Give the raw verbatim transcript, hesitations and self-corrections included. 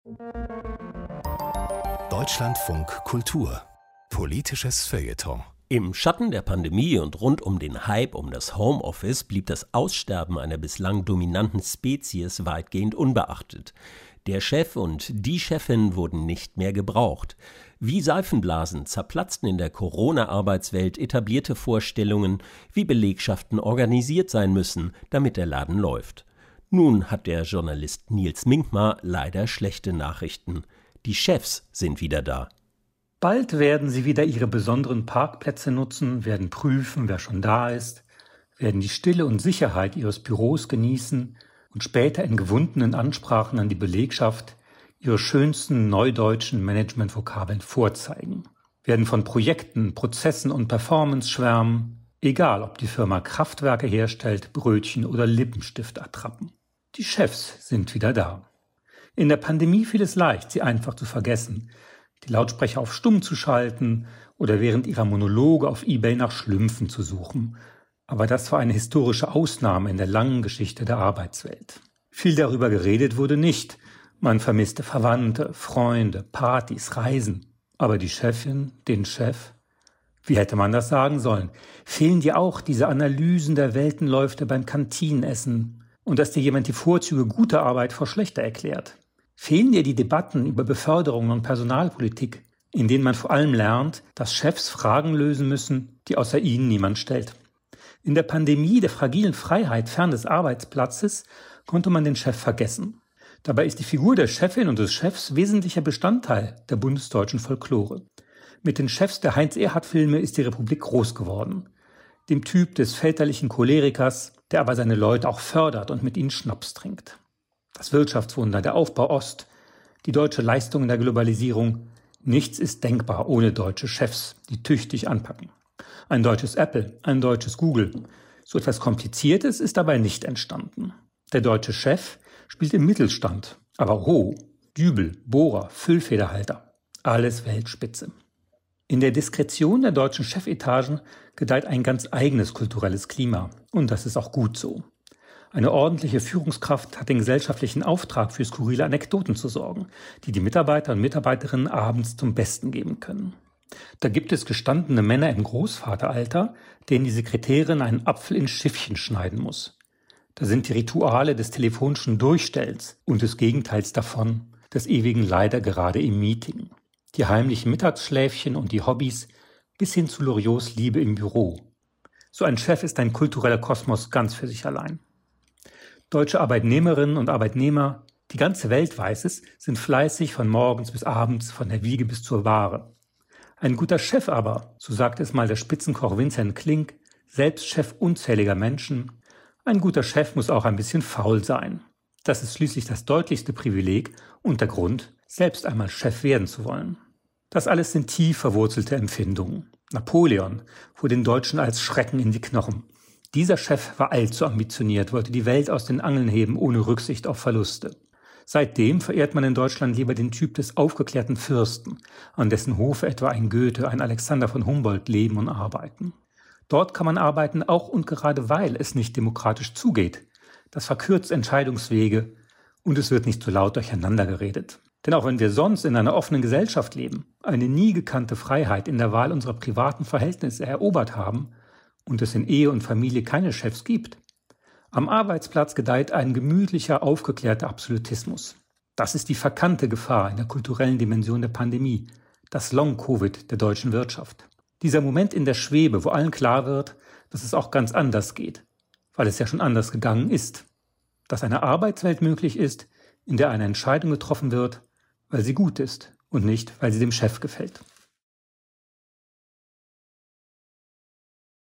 Deutschlandfunk Kultur. Politisches Feuilleton. Im Schatten der Pandemie und rund um den Hype um das Homeoffice blieb das Aussterben einer bislang dominanten Spezies weitgehend unbeachtet. Der Chef und die Chefin wurden nicht mehr gebraucht. Wie Seifenblasen zerplatzten in der Corona-Arbeitswelt etablierte Vorstellungen, wie Belegschaften organisiert sein müssen, damit der Laden läuft. Nun hat der Journalist Nils Minkmar leider schlechte Nachrichten. Die Chefs sind wieder da. Bald werden sie wieder ihre besonderen Parkplätze nutzen, werden prüfen, wer schon da ist, werden die Stille und Sicherheit ihres Büros genießen und später in gewundenen Ansprachen an die Belegschaft ihre schönsten neudeutschen Management-Vokabeln vorzeigen, werden von Projekten, Prozessen und Performance schwärmen, egal ob die Firma Kraftwerke herstellt, Brötchen oder Lippenstift-Attrappen. Die Chefs sind wieder da. In der Pandemie fiel es leicht, sie einfach zu vergessen, die Lautsprecher auf stumm zu schalten oder während ihrer Monologe auf eBay nach Schlümpfen zu suchen. Aber das war eine historische Ausnahme in der langen Geschichte der Arbeitswelt. Viel darüber geredet wurde nicht. Man vermisste Verwandte, Freunde, Partys, Reisen. Aber die Chefin, den Chef, wie hätte man das sagen sollen? Fehlen dir auch diese Analysen der Weltenläufe beim Kantinenessen und dass dir jemand die Vorzüge guter Arbeit vor schlechter erklärt? Fehlen dir die Debatten über Beförderung und Personalpolitik, in denen man vor allem lernt, dass Chefs Fragen lösen müssen, die außer ihnen niemand stellt? In der Pandemie der fragilen Freiheit fern des Arbeitsplatzes konnte man den Chef vergessen. Dabei ist die Figur der Chefin und des Chefs wesentlicher Bestandteil der bundesdeutschen Folklore. Mit den Chefs der Heinz-Erhardt-Filme ist die Republik groß geworden. Dem Typ des väterlichen Cholerikers, der aber seine Leute auch fördert und mit ihnen Schnaps trinkt. Das Wirtschaftswunder, der Aufbau Ost, die deutsche Leistung in der Globalisierung. Nichts ist denkbar ohne deutsche Chefs, die tüchtig anpacken. Ein deutsches Apple, ein deutsches Google. So etwas Kompliziertes ist dabei nicht entstanden. Der deutsche Chef spielt im Mittelstand, aber ho, Dübel, Bohrer, Füllfederhalter. Alles Weltspitze. In der Diskretion der deutschen Chefetagen gedeiht ein ganz eigenes kulturelles Klima. Und das ist auch gut so. Eine ordentliche Führungskraft hat den gesellschaftlichen Auftrag, für skurrile Anekdoten zu sorgen, die die Mitarbeiter und Mitarbeiterinnen abends zum Besten geben können. Da gibt es gestandene Männer im Großvateralter, denen die Sekretärin einen Apfel in Schiffchen schneiden muss. Da sind die Rituale des telefonischen Durchstellens und des Gegenteils davon, des ewigen Leider gerade im Meeting. Die heimlichen Mittagsschläfchen und die Hobbys bis hin zu Loriots Liebe im Büro. So ein Chef ist ein kultureller Kosmos ganz für sich allein. Deutsche Arbeitnehmerinnen und Arbeitnehmer, die ganze Welt weiß es, sind fleißig von morgens bis abends, von der Wiege bis zur Ware. Ein guter Chef aber, so sagt es mal der Spitzenkoch Vincent Klink, selbst Chef unzähliger Menschen, ein guter Chef muss auch ein bisschen faul sein. Das ist schließlich das deutlichste Privileg und der Grund, selbst einmal Chef werden zu wollen. Das alles sind tief verwurzelte Empfindungen. Napoleon fuhr den Deutschen als Schrecken in die Knochen. Dieser Chef war allzu ambitioniert, wollte die Welt aus den Angeln heben, ohne Rücksicht auf Verluste. Seitdem verehrt man in Deutschland lieber den Typ des aufgeklärten Fürsten, an dessen Hofe etwa ein Goethe, ein Alexander von Humboldt leben und arbeiten. Dort kann man arbeiten, auch und gerade weil es nicht demokratisch zugeht. Das verkürzt Entscheidungswege und es wird nicht so laut durcheinander geredet. Denn auch wenn wir sonst in einer offenen Gesellschaft leben, eine nie gekannte Freiheit in der Wahl unserer privaten Verhältnisse erobert haben, und es in Ehe und Familie keine Chefs gibt. Am Arbeitsplatz gedeiht ein gemütlicher, aufgeklärter Absolutismus. Das ist die verkannte Gefahr in der kulturellen Dimension der Pandemie, das Long-Covid der deutschen Wirtschaft. Dieser Moment in der Schwebe, wo allen klar wird, dass es auch ganz anders geht, weil es ja schon anders gegangen ist. Dass eine Arbeitswelt möglich ist, in der eine Entscheidung getroffen wird, weil sie gut ist und nicht, weil sie dem Chef gefällt.